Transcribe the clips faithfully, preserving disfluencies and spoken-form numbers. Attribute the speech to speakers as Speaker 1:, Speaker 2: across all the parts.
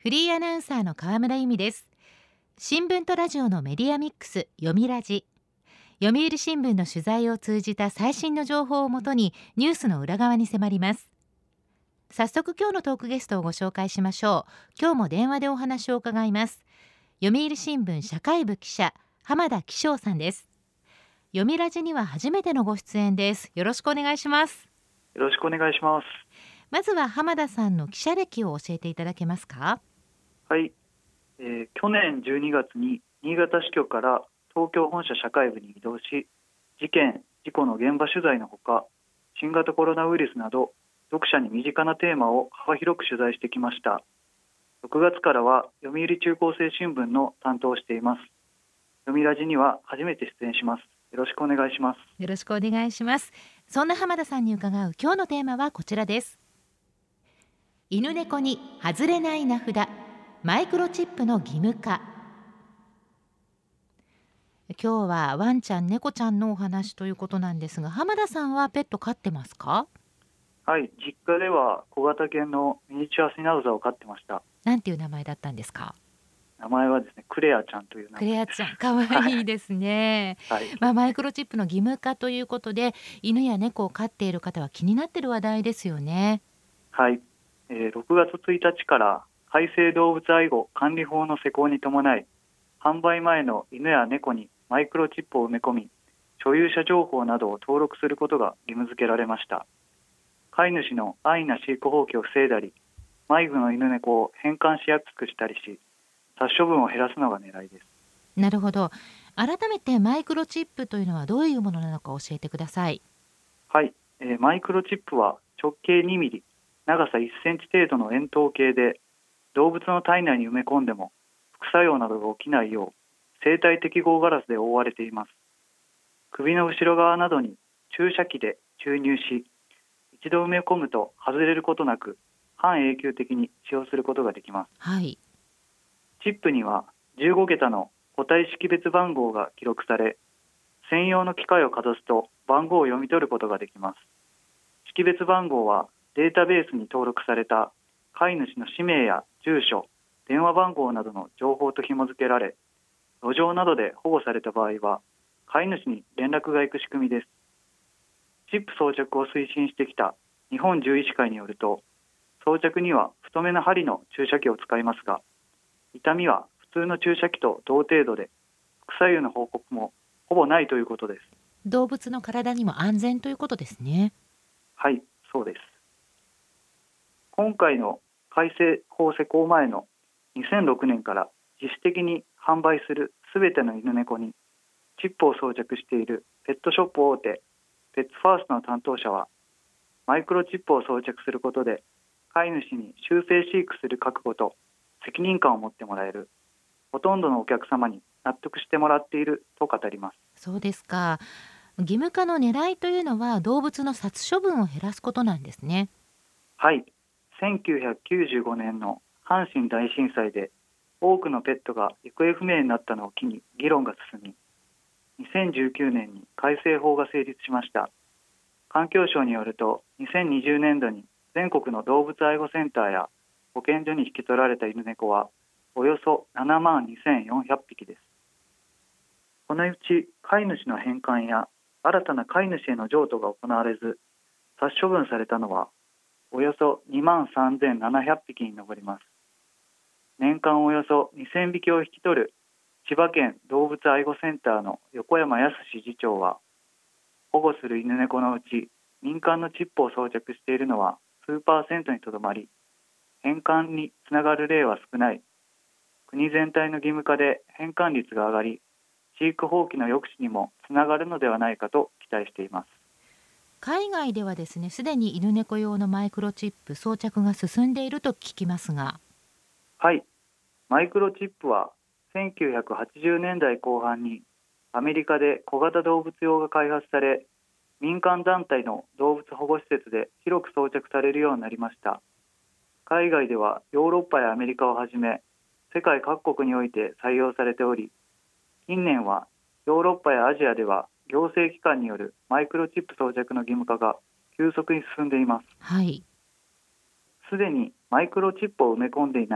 Speaker 1: フリーアナウンサーの河村由美です。新聞とラジオのメディアミックス読みラジ。読売新聞の取材を通じた最新の情報をもとにニュースの裏側に迫ります。早速今日のトークゲストをご紹介しましょう。今日も電話でお話を伺います。読売新聞社会部記者浜田紀章さんです。読みラジには初めてのご出演です。よろしくお願いします。
Speaker 2: よろしくお願いします。
Speaker 1: まずは浜田さんの記者歴を教えていただけますか？
Speaker 2: はい、えー、去年じゅうにがつに新潟支局から東京本社社会部に移動し、事件・事故の現場取材のほか、新型コロナウイルスなど読者に身近なテーマを幅広く取材してきました。ろくがつからは読売中高生新聞の担当をしています。読みラジには初めて出演します。よろしくお願いします。
Speaker 1: よろしくお願いします。そんな浜田さんに伺う今日のテーマはこちらです。犬猫に外れない名札、マイクロチップの義務化。今日はワンちゃん猫ちゃんのお話ということなんですが、浜田さんはペット飼ってますか？
Speaker 2: はい、実家では小型犬のミニチュアシナウザを飼ってました。
Speaker 1: なんていう名前だったんですか？
Speaker 2: 名前はですね、クレアちゃんという名
Speaker 1: ク
Speaker 2: 前です。
Speaker 1: レアちゃん、かわいいですね。
Speaker 2: はい、
Speaker 1: まあ、マイクロチップの義務化ということで、犬や猫を飼っている方は気になっている話題ですよね。
Speaker 2: はい、えー、ろくがつついたちから改正動物愛護管理法の施行に伴い、販売前の犬や猫にマイクロチップを埋め込み、所有者情報などを登録することが義務付けられました。飼い主の安易な飼育放棄を防いだり、迷子の犬猫を返還しやすくしたりし、殺処分を減らすのが狙いです。
Speaker 1: なるほど。改めてマイクロチップというのはどういうものなのか教えてください。
Speaker 2: はい、えー、マイクロチップは直径にミリ、長さいっセンチ程度の円筒形で、動物の体内に埋め込んでも副作用などが起きないよう生体適合ガラスで覆われています。首の後ろ側などに注射器で注入し、一度埋め込むと外れることなく半永久的に使用することができます。
Speaker 1: はい。
Speaker 2: チップにはじゅうごけたの個体識別番号が記録され、専用の機械をかざすと番号を読み取ることができます。識別番号はデータベースに登録された飼い主の氏名や住所、電話番号などの情報と紐付けられ、路上などで保護された場合は飼い主に連絡が行く仕組みです。チップ装着を推進してきた日本獣医師会によると、装着には太めの針の注射器を使いますが、痛みは普通の注射器と同程度で、副作用の報告もほぼないということです。
Speaker 1: 動物の体にも安全ということですね。
Speaker 2: はい、そうです。今回の改正法施行前のにせんろくねんから自主的に販売するすべての犬猫にチップを装着しているペットショップ大手ペッツファーストの担当者は、マイクロチップを装着することで飼い主に修正飼育する覚悟と責任感を持ってもらえる、ほとんどのお客様に納得してもらっていると語ります。
Speaker 1: そうですか。義務化の狙いというのは動物の殺処分を減らすことなんですね。
Speaker 2: はい、せんきゅうひゃくきゅうじゅうごねんの阪神大震災で多くのペットが行方不明になったのを機に議論が進み、にせんじゅうきゅうねんに改正法が成立しました。環境省によると、にせんにじゅうねんどに全国の動物愛護センターや保健所に引き取られた犬猫はおよそななまんにせんよんひゃくぴきです。このうち飼い主の返還や新たな飼い主への譲渡が行われず殺処分されたのはおよそにまんさんぜんななひゃくぴきに上ります。年間およそにせんびきを引き取る千葉県動物愛護センターの横山康次長は、保護する犬猫のうち民間のチップを装着しているのは数パーセントにとどまり、返還につながる例は少ない。国全体の義務化で返還率が上がり、飼育放棄の抑止にもつながるのではないかと期待しています。
Speaker 1: 海外ではですね、すでに犬猫用のマイクロチップ装着が進んでいると聞きますが。
Speaker 2: はい、マイクロチップはせんきゅうひゃくはちじゅうねんだいこう半にアメリカで小型動物用が開発され、民間団体の動物保護施設で広く装着されるようになりました。海外ではヨーロッパやアメリカをはじめ世界各国において採用されており、近年はヨーロッパやアジアでは行政機関によるマイクロチップ装着の義務化が急速に進んでいます。
Speaker 1: はい。
Speaker 2: すでにマイクロチップを埋め込んでいない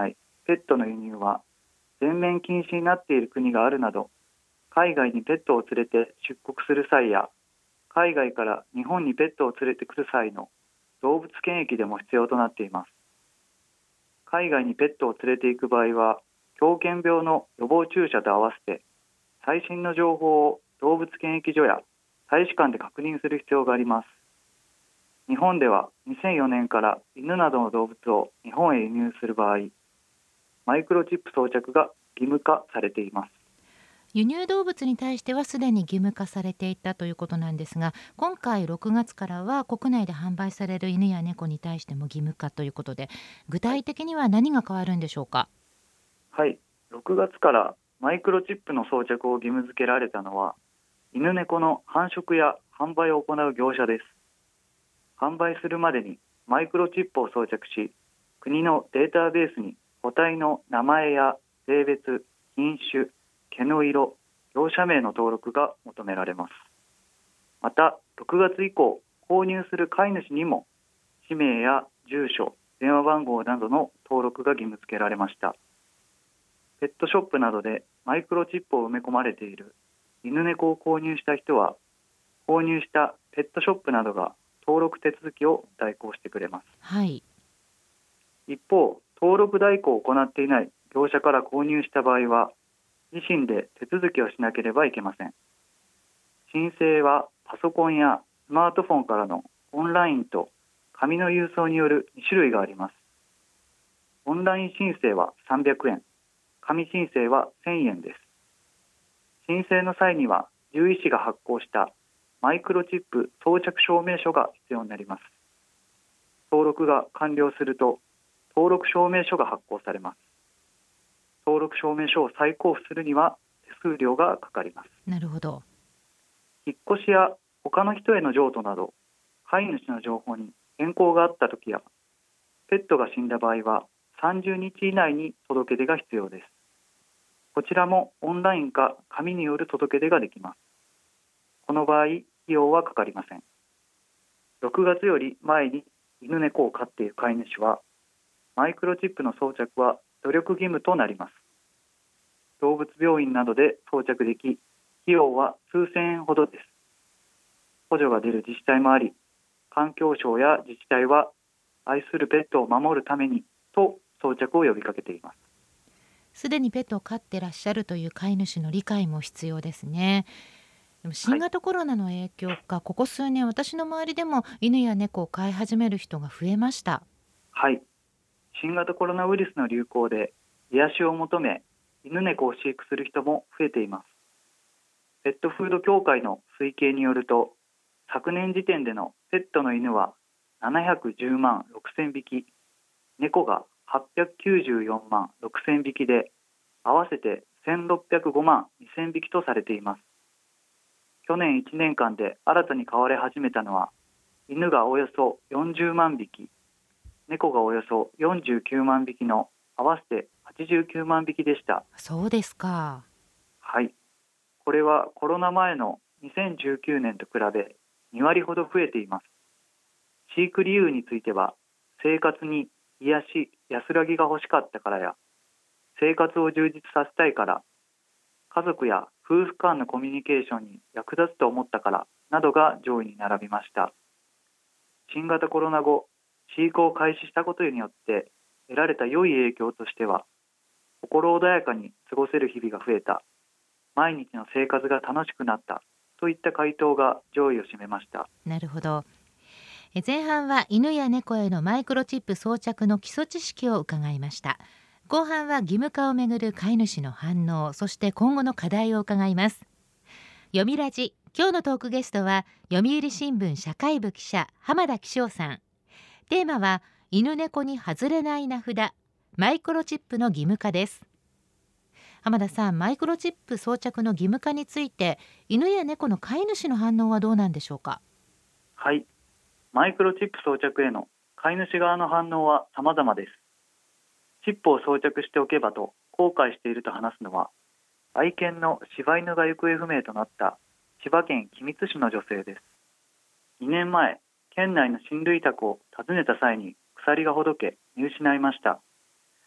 Speaker 2: ペットの輸入は全面禁止になっている国があるなど、海外にペットを連れて出国する際や海外から日本にペットを連れてくる際の動物検疫でも必要となっています。海外にペットを連れて行く場合は、狂犬病の予防注射と合わせて最新の情報を動物検疫所や大使館で確認する必要があります。日本ではにせんよねんから犬などの動物を日本へ輸入する場合、マイクロチップ装着が義務化されています。
Speaker 1: 輸入動物に対してはすでに義務化されていたということなんですが、今回ろくがつからは国内で販売される犬や猫に対しても義務化ということで、具体的には何が変わるんでしょうか。
Speaker 2: はい、ろくがつからマイクロチップの装着を義務付けられたのは、犬猫の繁殖や販売を行う業者です。販売するまでにマイクロチップを装着し、国のデータベースに個体の名前や性別、品種、毛の色、業者名の登録が求められます。また、ろくがつ以降、購入する飼い主にも氏名や住所、電話番号などの登録が義務付けられました。ペットショップなどでマイクロチップを埋め込まれている犬猫を購入した人は、購入したペットショップなどが登録手続きを代行してくれます。
Speaker 1: はい。
Speaker 2: 一方、登録代行を行っていない業者から購入した場合は、自身で手続きをしなければいけません。申請はパソコンやスマートフォンからのオンラインと紙の郵送によるに種類があります。オンライン申請はさんびゃくえん、紙申請はせんえんです。申請の際には獣医師が発行したマイクロチップ装着証明書が必要になります。登録が完了すると登録証明書が発行されます。登録証明書を再交付するには手数料がかかります。
Speaker 1: なるほど。
Speaker 2: 引っ越しや他の人への譲渡など、飼い主の情報に変更があったときや、ペットが死んだ場合はさんじゅうにち以内に届け出が必要です。こちらもオンラインか紙による届け出ができます。この場合、費用はかかりません。ろくがつより前に犬猫を飼っている飼い主は、マイクロチップの装着は努力義務となります。動物病院などで装着でき、費用は数千円ほどです。補助が出る自治体もあり、環境省や自治体は愛するペットを守るためにと装着を呼びかけています。
Speaker 1: すでにペットを飼ってらっしゃるという飼い主の理解も必要ですね。でも新型コロナの影響か、はい、ここ数年私の周りでも犬や猫を飼い始める人が増えました。
Speaker 2: はい、新型コロナウイルスの流行で癒しを求め犬猫を飼育する人も増えています。ペットフード協会の推計によると、昨年時点でのペットの犬はななひゃくじゅうまんろくせんびき、猫がはっぴゃくきゅうじゅうよんまんろくせんびきで、合わせてせんろっぴゃくごまんにせんびきとされています。去年いちねんかんで新たに飼われ始めたのは、犬がおよそよんじゅうまんびき、猫がおよそよんじゅうきゅうまんびきの合わせてはちじゅうきゅうまんびきでした。
Speaker 1: そうですか。
Speaker 2: はい、これはコロナ前のにせんじゅうきゅうねんと比べにわりほど増えています。飼育理由については、生活に癒し、安らぎが欲しかったからや、生活を充実させたいから、家族や夫婦間のコミュニケーションに役立つと思ったからなどが上位に並びました。新型コロナ後、飼育を開始したことによって得られた良い影響としては、心穏やかに過ごせる日々が増えた、毎日の生活が楽しくなったといった回答が上位を占めました。
Speaker 1: なるほど。え前半は犬や猫へのマイクロチップ装着の基礎知識を伺いました。後半は義務化をめぐる飼い主の反応、そして今後の課題を伺います。読みラジ、今日のトークゲストは読売新聞社会部記者浜田紀章さん。テーマは犬猫に外れない名札、マイクロチップの義務化です。浜田さん、マイクロチップ装着の義務化について犬や猫の飼い主の反応はどうなんでしょうか。
Speaker 2: はい、マイクロチップ装着への飼い主側の反応は様々です。チップを装着しておけばと後悔していると話すのは、愛犬の柴犬が行方不明となった千葉県君津市の女性です。にねんまえ、県内の親類宅を訪ねた際に鎖がほどけ見失いました。付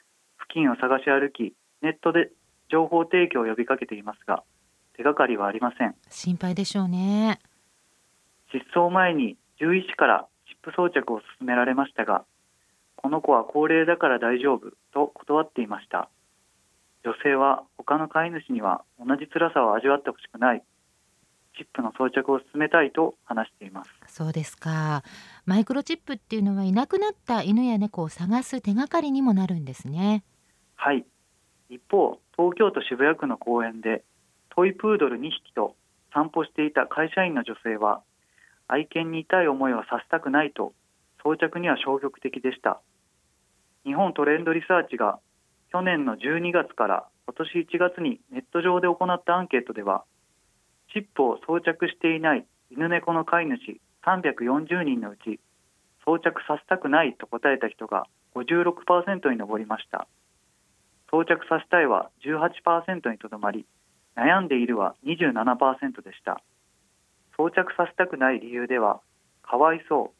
Speaker 2: 近を探し歩き、ネットで情報提供を呼びかけていますが、手がかりはありません。
Speaker 1: 心配でしょうね。
Speaker 2: 失踪前に獣医師からチップ装着を勧められましたが、この子は高齢だから大丈夫と断っていました。女性は他の飼い主には同じ辛さを味わってほしくない、チップの装着を進めたいと話しています。
Speaker 1: そうですか。マイクロチップっていうのはいなくなった犬や猫を探す手がかりにもなるんですね。
Speaker 2: はい。一方、東京都渋谷区の公園でトイプードルにひきと散歩していた会社員の女性は、愛犬に痛い思いをさせたくないと装着には消極的でした。日本トレンドリサーチが去年のじゅうにがつから今年いちがつにネット上で行ったアンケートでは、チップを装着していない犬猫の飼い主さんびゃくよんじゅうにんのうち、装着させたくないと答えた人が ごじゅうろくパーセント に上りました。装着させたいは じゅうはちパーセント にとどまり、悩んでいるは にじゅうななパーセント でした。装着させたくない理由では、かわいそう、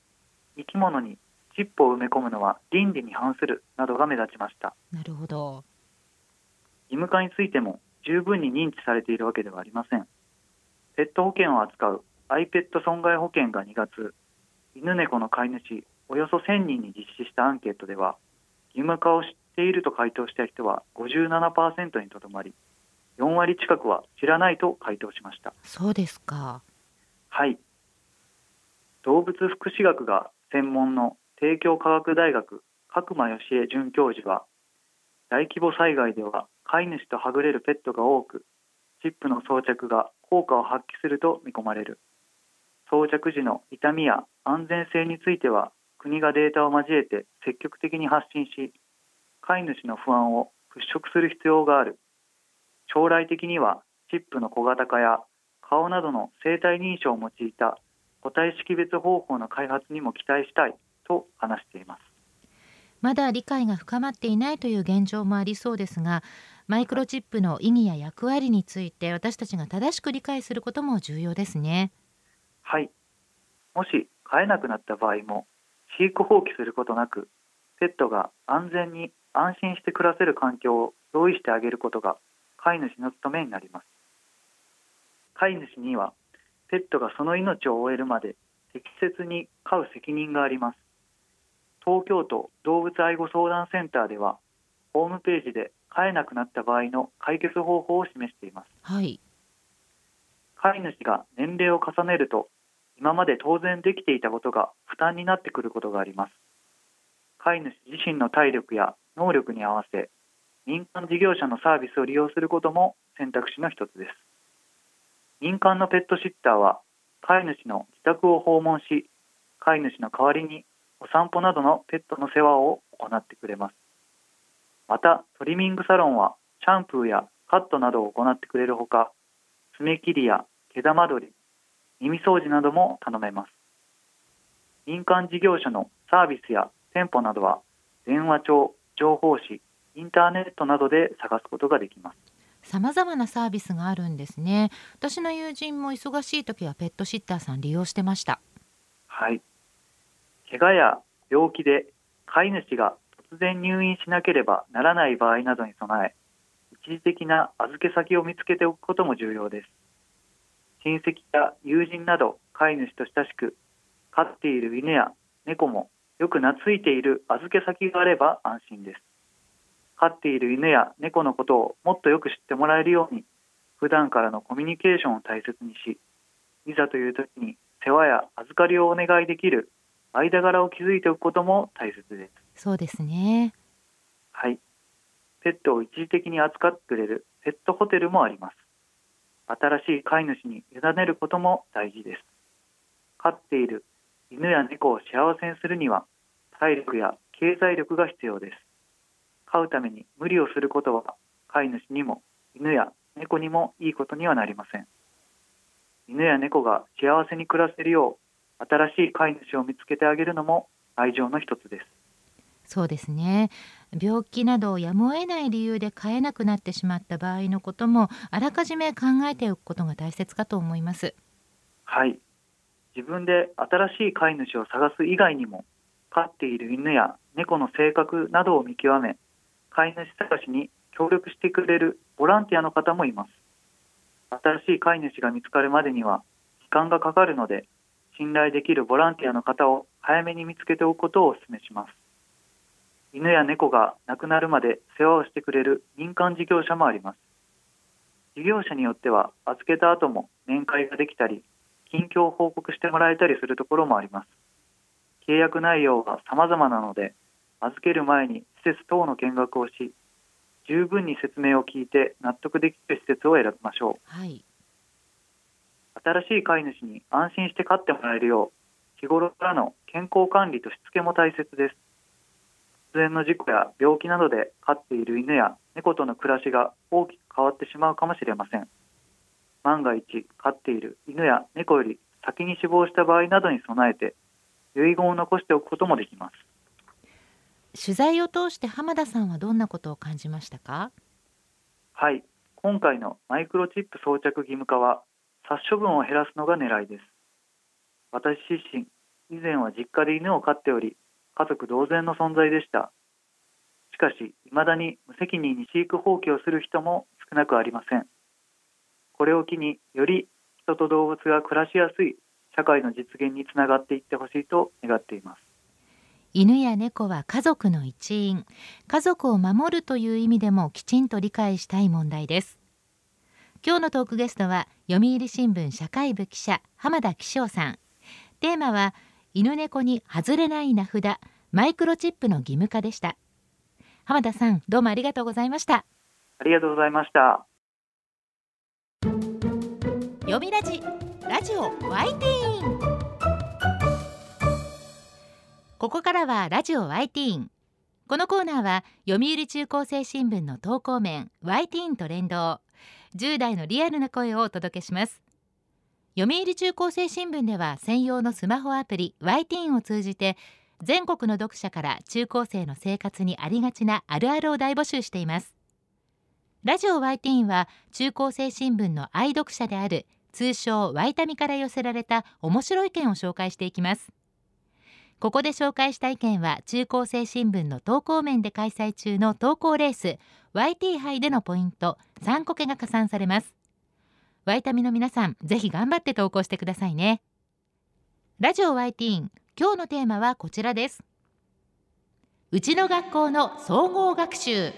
Speaker 2: 生き物にチップを埋め込むのは倫理に反するなどが目立ちました。
Speaker 1: なるほど。
Speaker 2: 義務化についても十分に認知されているわけではありません。ペット保険を扱う アイペット 損害保険がにがつ、犬猫の飼い主およそせんにんに実施したアンケートでは、義務化を知っていると回答した人は ごじゅうななパーセント にとどまり、よんわり近くは知らないと回答しました。
Speaker 1: そうですか。
Speaker 2: はい。動物福祉学が専門の帝京科学大学角間義恵准教授は、大規模災害では飼い主とはぐれるペットが多く、チップの装着が効果を発揮すると見込まれる。装着時の痛みや安全性については、国がデータを交えて積極的に発信し、飼い主の不安を払拭する必要がある。将来的にはチップの小型化や顔などの生体認証を用いた個体識別方法の開発にも期待したいと話しています。
Speaker 1: まだ理解が深まっていないという現状もありそうですが、マイクロチップの意義や役割について私たちが正しく理解することも重要ですね。
Speaker 2: はい。もし飼えなくなった場合も、飼育放棄することなく、ペットが安全に安心して暮らせる環境を用意してあげることが飼い主の務めになります。飼い主にはペットがその命を終えるまで適切に飼う責任があります。東京都動物愛護相談センターでは、ホームページで飼えなくなった場合の解決方法を示しています。
Speaker 1: はい。
Speaker 2: 飼い主が年齢を重ねると、今まで当然できていたことが負担になってくることがあります。飼い主自身の体力や能力に合わせ、民間事業者のサービスを利用することも選択肢の一つです。民間のペットシッターは、飼い主の自宅を訪問し、飼い主の代わりにお散歩などのペットの世話を行ってくれます。また、トリミングサロンはシャンプーやカットなどを行ってくれるほか、爪切りや毛玉取り、耳掃除なども頼めます。民間事業者のサービスや店舗などは、電話帳、情報誌、インターネットなどで探すことができます。
Speaker 1: さまざまなサービスがあるんですね。私の友人も忙しい時はペットシッターさん利用してました。
Speaker 2: はい。怪我や病気で飼い主が突然入院しなければならない場合などに備え、一時的な預け先を見つけておくことも重要です。親戚や友人など飼い主と親しく、飼っている犬や猫もよく懐いている預け先があれば安心です。飼っている犬や猫のことをもっとよく知ってもらえるように、普段からのコミュニケーションを大切にし、いざという時に世話や預かりをお願いできる間柄を築いておくことも大切です。
Speaker 1: そうですね。
Speaker 2: はい。ペットを一時的に扱ってくれるペットホテルもあります。新しい飼い主に委ねることも大事です。飼っている犬や猫を幸せにするには、体力や経済力が必要です。飼うために無理をすることは、飼い主にも犬や猫にもいいことにはなりません。犬や猫が幸せに暮らせるよう、新しい飼い主を見つけてあげるのも愛情の一つです。
Speaker 1: そうですね。病気などやむを得ない理由で飼えなくなってしまった場合のこともあらかじめ考えておくことが大切かと思います。
Speaker 2: はい。自分で新しい飼い主を探す以外にも、飼っている犬や猫の性格などを見極め、 飼い主探しに協力してくれるボランティアの方もいます。新しい飼い主が見つかるまでには時間がかかるので、信頼できるボランティアの方を早めに見つけておくことをお勧めします。犬や猫が亡くなるまで世話をしてくれる民間事業者もあります。事業者によっては預けた後も面会ができたり、近況を報告してもらえたりするところもあります。契約内容は様々なので、預ける前に施設等の見学をし、十分に説明を聞いて納得できる施設を選びましょう。
Speaker 1: はい、
Speaker 2: 新しい飼い主に安心して飼ってもらえるよう、日頃からの健康管理としつけも大切です。突然の事故や病気などで飼っている犬や猫との暮らしが大きく変わってしまうかもしれません。万が一飼っている犬や猫より先に死亡した場合などに備えて、遺言を残しておくこともできます。
Speaker 1: 取材を通して浜田さんはどんなことを感じましたか？
Speaker 2: はい、今回のマイクロチップ装着義務化は殺処分を減らすのが狙いです。私自身、以前は実家で犬を飼っており、家族同然の存在でした。しかし、未だに無責任に飼育放棄をする人も少なくありません。これを機に、より人と動物が暮らしやすい社会の実現につながっていってほしいと願っています。
Speaker 1: 犬や猫は家族の一員。家族を守るという意味でもきちんと理解したい問題です。今日のトークゲストは読売新聞社会部記者浜田紀章さん。テーマは犬猫に外れない名札、マイクロチップの義務化でした。浜田さん、どうもありがとうございました。
Speaker 2: ありがとうございました。
Speaker 1: 読みラジラジオワイティーン。ここからはラジオワイティーン。このコーナーは読売中高生新聞の投稿面ワイティーンと連動、じゅう代のリアルな声をお届けします。読売中高生新聞では専用のスマホアプリワイティーンを通じて、全国の読者から中高生の生活にありがちなあるあるを大募集しています。ラジオワイティーンは中高生新聞の愛読者である通称ワイタミから寄せられた面白い意見を紹介していきます。ここで紹介した意見は中高生新聞の投稿面で開催中の投稿レース ワイティー 杯でのポイントさんこけが加算されます。ワイタミの皆さん、ぜひ頑張って投稿してくださいね。ラジオワイティーン、今日のテーマはこちらです。うちの学校の総合学習。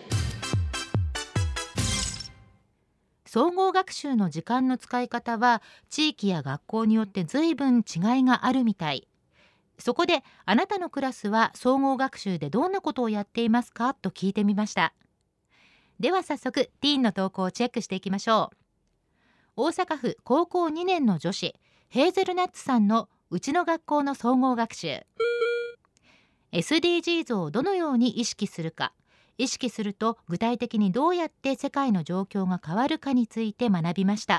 Speaker 1: 総合学習の時間の使い方は地域や学校によって随分違いがあるみたい。そこであなたのクラスは総合学習でどんなことをやっていますかと聞いてみました。では早速ティーンの投稿をチェックしていきましょう。大阪府高校にねんの女子ヘーゼルナッツさんのうちの学校の総合学習。 エスディージーズ をどのように意識するか、意識すると具体的にどうやって世界の状況が変わるかについて学びました。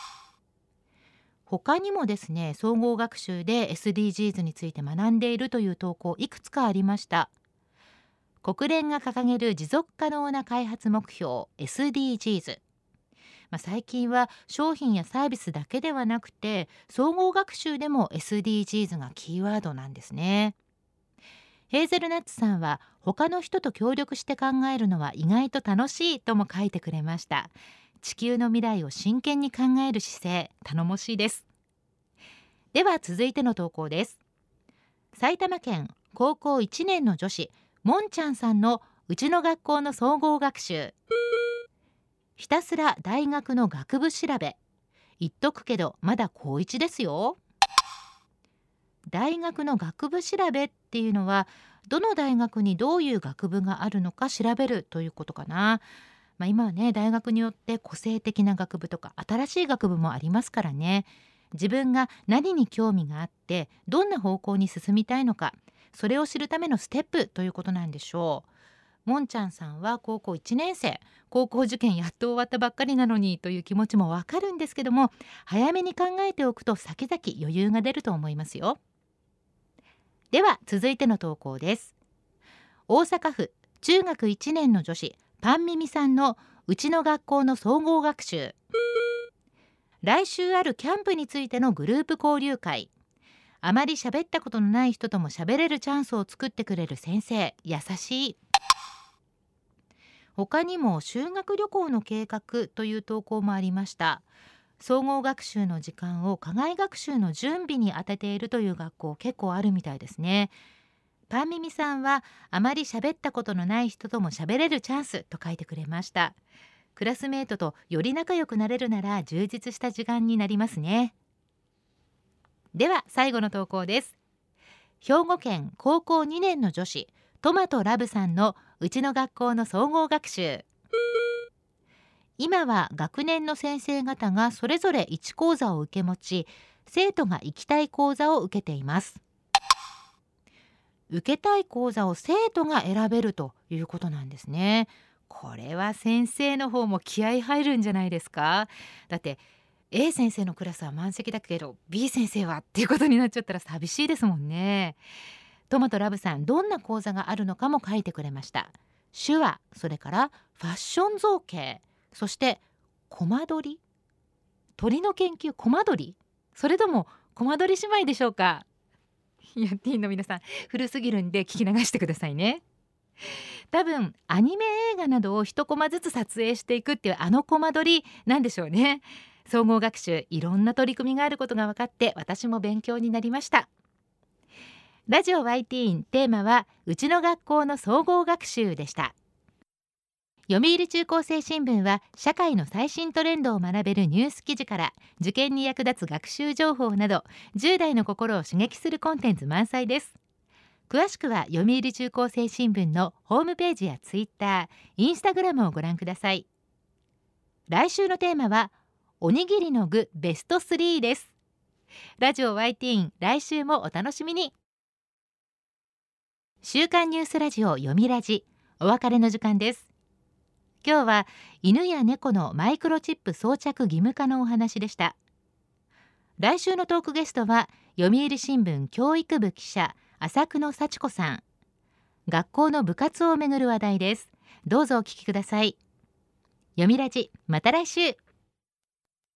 Speaker 1: 他にもですね、総合学習で エスディージーズ について学んでいるという投稿いくつかありました。国連が掲げる持続可能な開発目標 エスディージーズ、まあ、最近は商品やサービスだけではなくて総合学習でも エスディージーズ がキーワードなんですね。ヘーゼルナッツさんは他の人と協力して考えるのは意外と楽しいとも書いてくれました。地球の未来を真剣に考える姿勢、頼もしいです。では続いての投稿です。埼玉県高校いちねんの女子もんちゃんさんのうちの学校の総合学習。ひたすら大学の学部調べ。言っとくけどまだ高いちですよ。大学の学部調べっていうのはどの大学にどういう学部があるのか調べるということかな。まあ、今はね、大学によって個性的な学部とか新しい学部もありますからね。自分が何に興味があってどんな方向に進みたいのか、それを知るためのステップということなんでしょう。もんちゃんさんは高校いちねん生、高校受験やっと終わったばっかりなのにという気持ちもわかるんですけども、早めに考えておくと先々余裕が出ると思いますよ。では続いての投稿です。大阪府中学いちねんの女子パンミミさんのうちの学校の総合学習。来週あるキャンプについてのグループ交流会。あまり喋ったことのない人とも喋れるチャンスを作ってくれる先生、優しい。 他にも修学旅行の計画という投稿もありました。総合学習の時間を課外学習の準備に充てているという学校結構あるみたいですね。パンミミさんはあまり喋ったことのない人とも喋れるチャンスと書いてくれました。クラスメートとより仲良くなれるなら充実した時間になりますね。では最後の投稿です。兵庫県高校にねんの女子トマトラブさんのうちの学校の総合学習。今は学年の先生方がそれぞれいち講座を受け持ち、生徒が行きたい講座を受けています。受けたい講座を生徒が選べるということなんですね。これは先生の方も気合い入るんじゃないですか。だって A 先生のクラスは満席だけど B 先生はっていうことになっちゃったら寂しいですもんね。トマトラブさん、どんな講座があるのかも書いてくれました。手話、それからファッション造形、そしてコマ撮り、鳥の研究コマ撮り、それともコマ撮り姉妹でしょうか。いや、ティーンの皆さん古すぎるんで聞き流してくださいね。多分アニメ映画などを一コマずつ撮影していくっていうあのコマ撮りなんでしょうね。総合学習、いろんな取り組みがあることが分かって私も勉強になりました。ラジオ ワイティーン、テーマはうちの学校の総合学習でした。読売中高生新聞は社会の最新トレンドを学べるニュース記事から受験に役立つ学習情報などじゅう代の心を刺激するコンテンツ満載です。詳しくは読売中高生新聞のホームページやツイッター、インスタグラムをご覧ください。来週のテーマはおにぎりの具ベストスリーです。ラジオ ワイティーン、来週もお楽しみに。週刊ニュースラジオ読みラジ、お別れの時間です。今日は犬や猫のマイクロチップ装着義務化のお話でした。来週のトークゲストは読売新聞教育部記者浅久野幸子さん。学校の部活をめぐる話題です。どうぞお聞きください。読みラジ、また来週。